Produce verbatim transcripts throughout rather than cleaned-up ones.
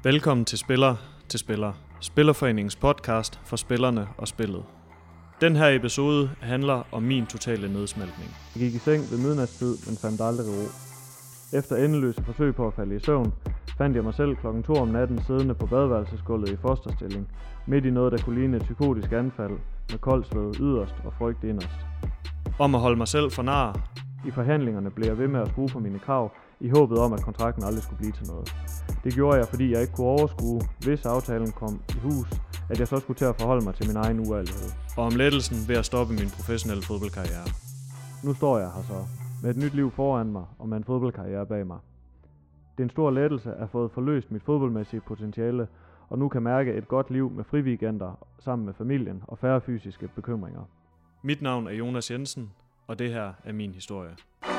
Velkommen til Spiller til Spiller, Spillerforeningens podcast for spillerne og spillet. Den her episode handler om min totale nedsmeltning. Jeg gik i seng ved midnatstid, men fandt aldrig ro. Efter endeløse forsøg på at falde i søvn, fandt jeg mig selv klokken to om natten siddende på badeværelsesgulvet i fosterstilling, midt i noget, der kunne ligne et psykotisk anfald, med kold sved yderst og frygt inderst. Om at holde mig selv for nar. I forhandlingerne blev jeg ved med at skrue på mine krav, i håbet om, at kontrakten aldrig skulle blive til noget. Det gjorde jeg, fordi jeg ikke kunne overskue, hvis aftalen kom i hus, at jeg så skulle til at forholde mig til min egen uærlighed. Og om lettelsen ved at stoppe min professionelle fodboldkarriere. Nu står jeg her så, med et nyt liv foran mig og med en fodboldkarriere bag mig. Det er en stor lettelse at have fået forløst mit fodboldmæssige potentiale, og nu kan mærke et godt liv med friweekender sammen med familien og færre fysiske bekymringer. Mit navn er Jonas Jensen, og det her er min historie.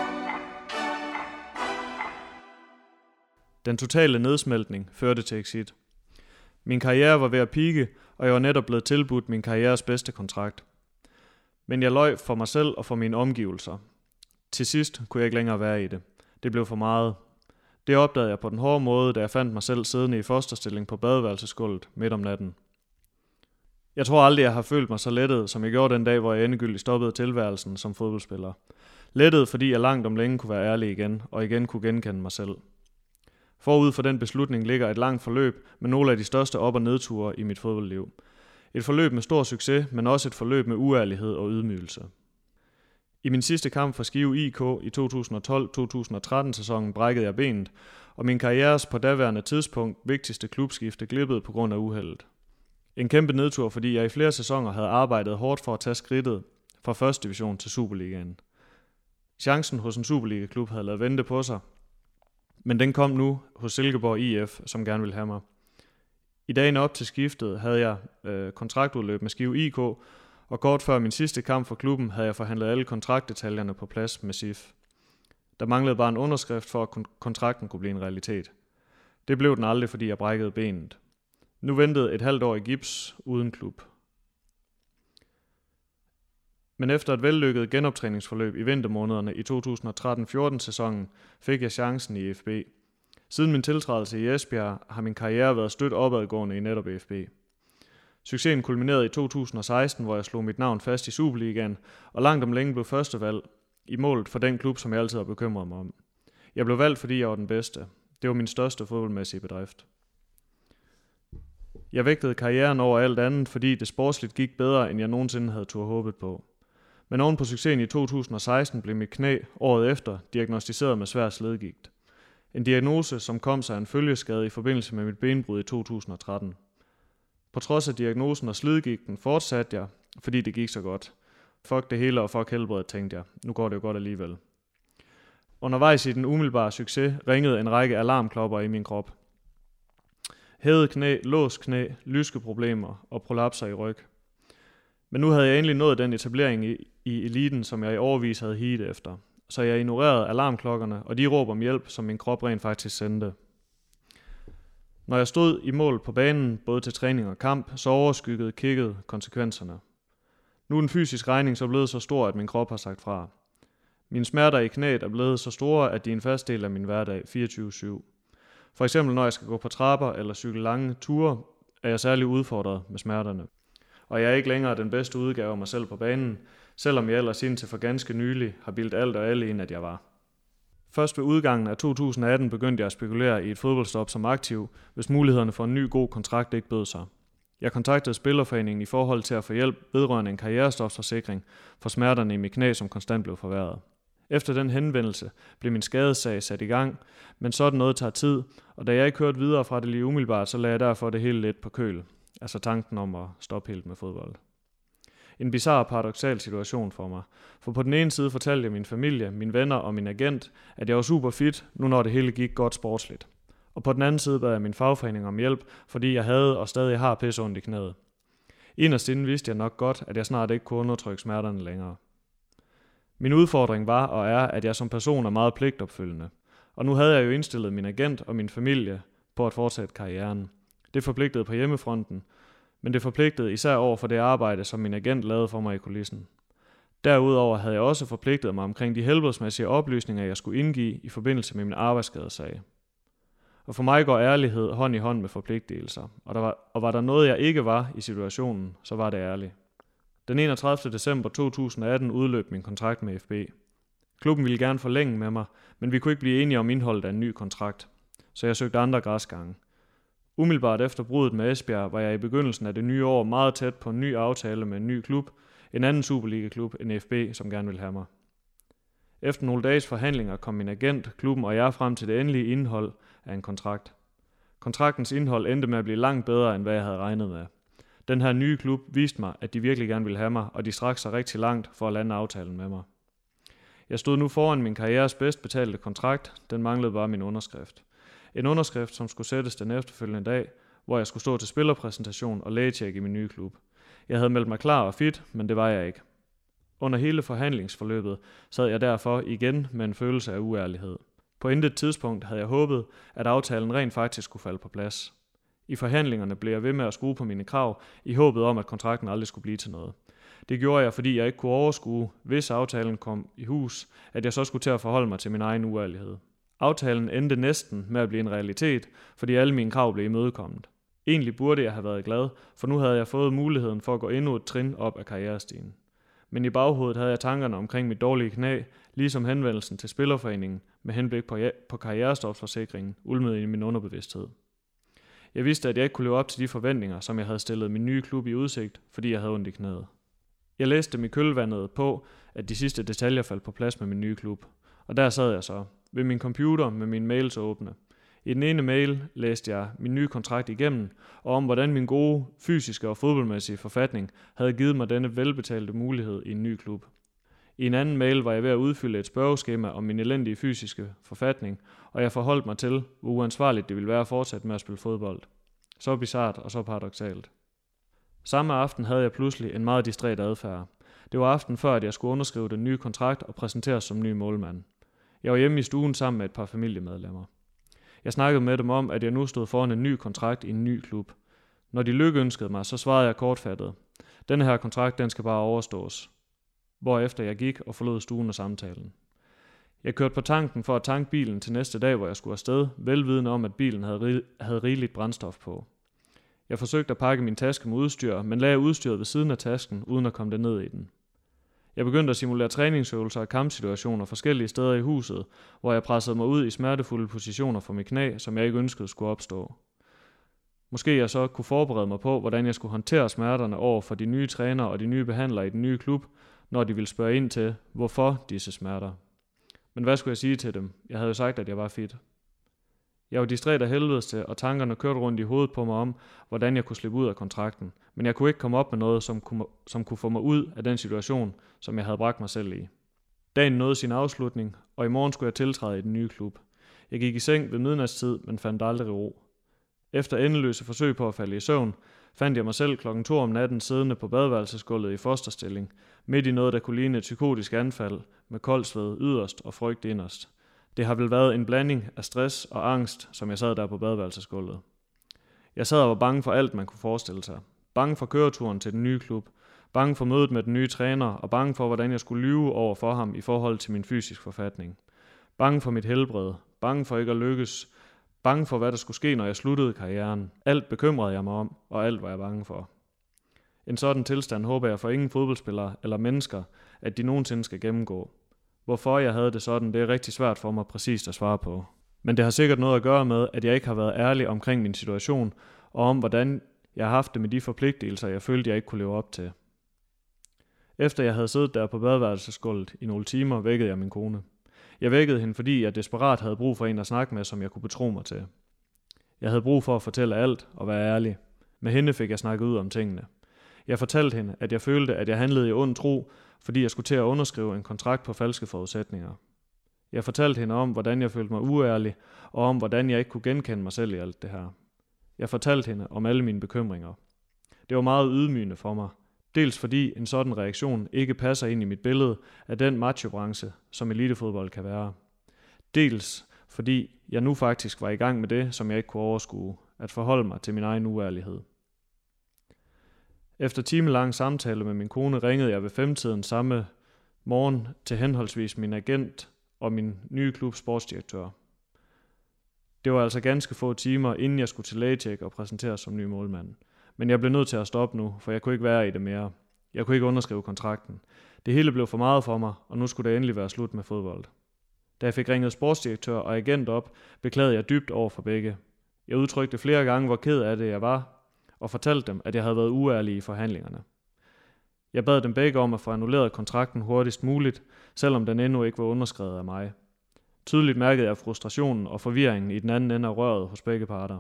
Den totale nedsmeltning førte til exit. Min karriere var ved at pike, og jeg var netop blevet tilbudt min karrieres bedste kontrakt. Men jeg løj for mig selv og for mine omgivelser. Til sidst kunne jeg ikke længere være i det. Det blev for meget. Det opdagede jeg på den hårde måde, da jeg fandt mig selv siddende i fosterstilling på badeværelsesgulvet midt om natten. Jeg tror aldrig, jeg har følt mig så lettet, som jeg gjorde den dag, hvor jeg endegyldigt stoppede tilværelsen som fodboldspiller. Lettet, fordi jeg langt om længe kunne være ærlig igen, og igen kunne genkende mig selv. Forud for den beslutning ligger et langt forløb med nogle af de største op- og nedture i mit fodboldliv. Et forløb med stor succes, men også et forløb med uærlighed og ydmygelse. I min sidste kamp for Skive I K i to tusind og tolv til to tusind og tretten sæsonen brækkede jeg benet, og min karrieres på daværende tidspunkt vigtigste klubskifte glippede på grund af uheldet. En kæmpe nedtur, fordi jeg i flere sæsoner havde arbejdet hårdt for at tage skridtet fra første division til Superligaen. Chancen hos en Superliga-klub havde ladet vente på sig, men den kom nu hos Silkeborg I F, som gerne ville have mig. I dagen op til skiftet havde jeg øh, kontraktudløb med Skive I K, og kort før min sidste kamp for klubben havde jeg forhandlet alle kontraktdetaljerne på plads med S I F. Der manglede bare en underskrift for, at kontrakten kunne blive en realitet. Det blev den aldrig, fordi jeg brækkede benet. Nu ventede et halvt år i gips uden klub. Men efter et vellykket genoptræningsforløb i vintermånederne i to tusind og tretten fjorten sæsonen, fik jeg chancen i F B. Siden min tiltrædelse i Esbjerg har min karriere været stødt opadgående i netop F B. Succesen kulminerede i to tusind og seksten, hvor jeg slog mit navn fast i Superligaen, og langt om længe blev førstevalg i målet for den klub, som jeg altid har bekymret mig om. Jeg blev valgt, fordi jeg var den bedste. Det var min største fodboldmæssige bedrift. Jeg vægtede karrieren over alt andet, fordi det sportsligt gik bedre, end jeg nogensinde havde turde håbet på. Men oven på succesen i to tusind og seksten blev mit knæ året efter diagnosticeret med svær slidgigt. En diagnose, som kom sig af en følgeskade i forbindelse med mit benbrud i to tusind og tretten. På trods af diagnosen og slidgigten fortsatte jeg, fordi det gik så godt. Fuck det hele og fuck helbredet, tænkte jeg. Nu går det jo godt alligevel. Undervejs i den umiddelbare succes ringede en række alarmklopper i min krop. Hævet knæ, låst knæ, lyskeproblemer og prolapser i ryg. Men nu havde jeg endelig nået den etablering i, i eliten, som jeg i årevis havde higet efter. Så jeg ignorerede alarmklokkerne og de råb om hjælp, som min krop rent faktisk sendte. Når jeg stod i mål på banen, både til træning og kamp, så overskyggede kiggede konsekvenserne. Nu er den fysiske regning så blevet så stor, at min krop har sagt fra. Mine smerter i knæet er blevet så store, at de er en fast del af min hverdag fireogtyve syv. For eksempel når jeg skal gå på trapper eller cykle lange ture, er jeg særlig udfordret med smerterne. Og jeg er ikke længere den bedste udgave af mig selv på banen, selvom jeg ellers indtil for ganske nylig har bildt alt og alle ind, at jeg var. Først ved udgangen af to tusind og atten begyndte jeg at spekulere i et fodboldstop som aktiv, hvis mulighederne for en ny god kontrakt ikke bød sig. Jeg kontaktede Spillerforeningen i forhold til at få hjælp vedrørende en karrierestopsforsikring for smerterne i mit knæ, som konstant blev forværret. Efter den henvendelse blev min skadesag sat i gang, men sådan noget tager tid, og da jeg ikke hørte videre fra det lige umiddelbart, så lagde jeg derfor det hele lidt på køl. Altså tanken om at stoppe helt med fodbold. En bizarre og paradoksal situation for mig. For på den ene side fortalte jeg min familie, mine venner og min agent, at jeg var super fit, nu når det hele gik godt sportsligt. Og på den anden side bad jeg min fagforening om hjælp, fordi jeg havde og stadig har pisse ondt i knæet. Inderst inden vidste jeg nok godt, at jeg snart ikke kunne undertrykke smerterne længere. Min udfordring var og er, at jeg som person er meget pligtopfyldende. Og nu havde jeg jo indstillet min agent og min familie på at fortsætte karrieren. Det forpligtede på hjemmefronten, men det forpligtede især over for det arbejde, som min agent lavede for mig i kulissen. Derudover havde jeg også forpligtet mig omkring de helbredsmæssige oplysninger, jeg skulle indgive i forbindelse med min arbejdsskadesag. Og for mig går ærlighed hånd i hånd med forpligtelser, og, der var, og var der noget, jeg ikke var i situationen, så var det ærligt. Den enogtredivte december to tusind atten udløb min kontrakt med F B. Klubben ville gerne forlænge med mig, men vi kunne ikke blive enige om indholdet af en ny kontrakt, så jeg søgte andre græsgange. Umiddelbart efter bruddet med Esbjerg var jeg i begyndelsen af det nye år meget tæt på en ny aftale med en ny klub, en anden Superliga-klub end F B, som gerne ville have mig. Efter nogle dages forhandlinger kom min agent, klubben og jeg frem til det endelige indhold af en kontrakt. Kontraktens indhold endte med at blive langt bedre, end hvad jeg havde regnet med. Den her nye klub viste mig, at de virkelig gerne ville have mig, og de strakte sig rigtig langt for at lande aftalen med mig. Jeg stod nu foran min karrieres bedst betalte kontrakt, den manglede bare min underskrift. En underskrift, som skulle sættes den efterfølgende dag, hvor jeg skulle stå til spillerpræsentation og lægetjek i min nye klub. Jeg havde meldt mig klar og fit, men det var jeg ikke. Under hele forhandlingsforløbet sad jeg derfor igen med en følelse af uærlighed. På intet tidspunkt havde jeg håbet, at aftalen rent faktisk skulle falde på plads. I forhandlingerne blev jeg ved med at skrue på mine krav, i håbet om, at kontrakten aldrig skulle blive til noget. Det gjorde jeg, fordi jeg ikke kunne overskue, hvis aftalen kom i hus, at jeg så skulle til at forholde mig til min egen uærlighed. Aftalen endte næsten med at blive en realitet, fordi alle mine krav blev imødekommet. Egentlig burde jeg have været glad, for nu havde jeg fået muligheden for at gå endnu et trin op af karrierestigen. Men i baghovedet havde jeg tankerne omkring mit dårlige knæ, ligesom henvendelsen til Spillerforeningen med henblik på, ja- på karrierestopsforsikringen, ulmede i min underbevidsthed. Jeg vidste, at jeg ikke kunne leve op til de forventninger, som jeg havde stillet min nye klub i udsigt, fordi jeg havde ondt i knæet. Jeg læste dem i kølvandet på, at de sidste detaljer faldt på plads med min nye klub. Og der sad jeg så, ved min computer med mine mails åbne. I den ene mail læste jeg min nye kontrakt igennem, og om hvordan min gode fysiske og fodboldmæssige forfatning havde givet mig denne velbetalte mulighed i en ny klub. I en anden mail var jeg ved at udfylde et spørgeskema om min elendige fysiske forfatning, og jeg forholdt mig til, hvor uansvarligt det ville være at fortsætte med at spille fodbold. Så bizart og så paradoksalt. Samme aften havde jeg pludselig en meget distræt adfærd. Det var aften før, at jeg skulle underskrive den nye kontrakt og præsenteres som ny målmand. Jeg var hjemme i stuen sammen med et par familiemedlemmer. Jeg snakkede med dem om, at jeg nu stod foran en ny kontrakt i en ny klub. Når de lykønskede mig, så svarede jeg kortfattet. Denne her kontrakt, den skal bare overstås. Hvorefter jeg gik og forlod stuen og samtalen. Jeg kørte på tanken for at tanke bilen til næste dag, hvor jeg skulle afsted, velvidende om, at bilen havde, rig- havde rigeligt brændstof på. Jeg forsøgte at pakke min taske med udstyr, men lagde udstyret ved siden af tasken, uden at komme det ned i den. Jeg begyndte at simulere træningsøvelser og kampsituationer forskellige steder i huset, hvor jeg pressede mig ud i smertefulde positioner for mit knæ, som jeg ikke ønskede skulle opstå. Måske jeg så kunne forberede mig på, hvordan jeg skulle håndtere smerterne over for de nye trænere og de nye behandlere i den nye klub, når de ville spørge ind til, hvorfor disse smerter. Men hvad skulle jeg sige til dem? Jeg havde jo sagt, at jeg var fit. Jeg var distræt af helvedes til, og tankerne kørte rundt i hovedet på mig om, hvordan jeg kunne slippe ud af kontrakten. Men jeg kunne ikke komme op med noget, som kunne, som kunne få mig ud af den situation, som jeg havde bragt mig selv i. Dagen nåede sin afslutning, og i morgen skulle jeg tiltræde i den nye klub. Jeg gik i seng ved midnatstid, men fandt aldrig ro. Efter endeløse forsøg på at falde i søvn, fandt jeg mig selv klokken to om natten siddende på badeværelsesgulvet i fosterstilling, midt i noget, der kunne ligne et psykotisk anfald, med kold sved yderst og frygt inderst. Det har vel været en blanding af stress og angst, som jeg sad der på badeværelsesgulvet. Jeg sad og var bange for alt, man kunne forestille sig. Bange for køreturen til den nye klub, bange for mødet med den nye træner, og bange for, hvordan jeg skulle lyve over for ham i forhold til min fysisk forfatning. Bange for mit helbred, bange for ikke at lykkes, bange for, hvad der skulle ske, når jeg sluttede karrieren. Alt bekymrede jeg mig om, og alt var jeg bange for. En sådan tilstand håber jeg for ingen fodboldspillere eller mennesker, at de nogensinde skal gennemgå. Hvorfor jeg havde det sådan, det er rigtig svært for mig præcist at svare på. Men det har sikkert noget at gøre med, at jeg ikke har været ærlig omkring min situation, og om hvordan jeg har haft det med de forpligtelser, jeg følte, jeg ikke kunne leve op til. Efter jeg havde siddet der på badeværelsesgulvet i nogle timer, vækkede jeg min kone. Jeg vækkede hende, fordi jeg desperat havde brug for en at snakke med, som jeg kunne betro mig til. Jeg havde brug for at fortælle alt og være ærlig. Med hende fik jeg snakket ud om tingene. Jeg fortalte hende, at jeg følte, at jeg handlede i ond tro, fordi jeg skulle til at underskrive en kontrakt på falske forudsætninger. Jeg fortalte hende om, hvordan jeg følte mig uærlig, og om, hvordan jeg ikke kunne genkende mig selv i alt det her. Jeg fortalte hende om alle mine bekymringer. Det var meget ydmygende for mig. Dels fordi en sådan reaktion ikke passer ind i mit billede af den machobranche, som elitefodbold kan være. Dels fordi jeg nu faktisk var i gang med det, som jeg ikke kunne overskue, at forholde mig til min egen uærlighed. Efter timelang samtale med min kone ringede jeg ved femtiden samme morgen til henholdsvis min agent og min nye klubs sportsdirektør. Det var altså ganske få timer, inden jeg skulle til lægetjek og præsenteres som ny målmand. Men jeg blev nødt til at stoppe nu, for jeg kunne ikke være i det mere. Jeg kunne ikke underskrive kontrakten. Det hele blev for meget for mig, og nu skulle det endelig være slut med fodbold. Da jeg fik ringet sportsdirektør og agent op, beklagede jeg dybt over for begge. Jeg udtrykte flere gange, hvor ked af det jeg var, og fortalte dem, at jeg havde været uærlig i forhandlingerne. Jeg bad dem begge om at få annulleret kontrakten hurtigst muligt, selvom den endnu ikke var underskrevet af mig. Tydeligt mærkede jeg frustrationen og forvirringen i den anden ende af røret hos begge parter.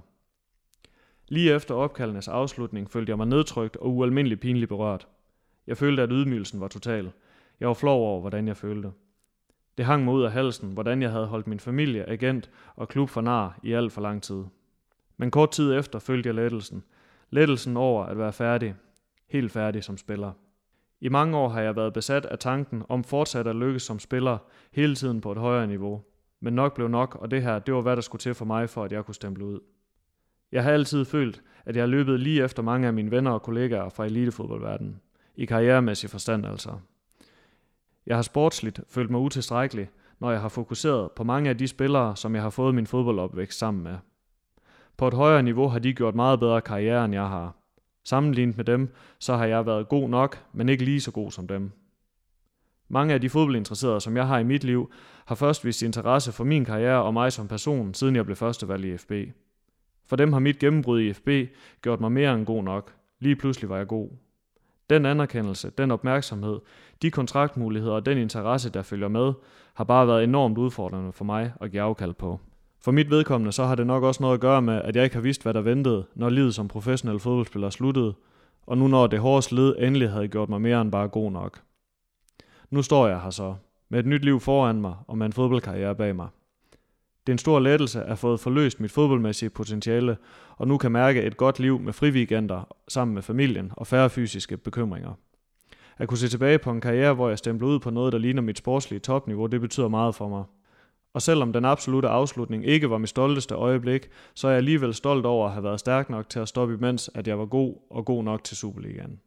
Lige efter opkaldenes afslutning følte jeg mig nedtrykt og ualmindelig pinligt berørt. Jeg følte, at ydmygelsen var total. Jeg var flov over, hvordan jeg følte. Det hang mig ud af halsen, hvordan jeg havde holdt min familie, agent og klub for nar i alt for lang tid. Men kort tid efter følte jeg lettelsen. Lettelsen over at være færdig. Helt færdig som spiller. I mange år har jeg været besat af tanken om fortsat at lykkes som spiller, hele tiden på et højere niveau. Men nok blev nok, og det her, det var hvad der skulle til for mig, for at jeg kunne stemple ud. Jeg har altid følt, at jeg har løbet lige efter mange af mine venner og kollegaer fra elitefodboldverdenen. I karrieremæssig forstand altså. Jeg har sportsligt følt mig utilstrækkelig, når jeg har fokuseret på mange af de spillere, som jeg har fået min fodboldopvækst sammen med. På et højere niveau har de gjort meget bedre karriere, end jeg har. Sammenlignet med dem, så har jeg været god nok, men ikke lige så god som dem. Mange af de fodboldinteresserede, som jeg har i mit liv, har først vist interesse for min karriere og mig som person, siden jeg blev førstevalg i F B. For dem har mit gennembrud i F B gjort mig mere end god nok. Lige pludselig var jeg god. Den anerkendelse, den opmærksomhed, de kontraktmuligheder og den interesse, der følger med, har bare været enormt udfordrende for mig at give afkald på. For mit vedkommende så har det nok også noget at gøre med, at jeg ikke har vidst, hvad der ventede, når livet som professionel fodboldspiller sluttede, og nu når det hårde slid endelig havde gjort mig mere end bare god nok. Nu står jeg her så, med et nyt liv foran mig og med en fodboldkarriere bag mig. Det er en stor lettelse at have fået forløst mit fodboldmæssige potentiale, og nu kan mærke et godt liv med friweekender sammen med familien og færre fysiske bekymringer. At kunne se tilbage på en karriere, hvor jeg stempler ud på noget, der ligner mit sportslige topniveau, det betyder meget for mig. Og selvom den absolute afslutning ikke var mit stolteste øjeblik, så er jeg alligevel stolt over at have været stærk nok til at stoppe imens, at jeg var god og god nok til Superligaen.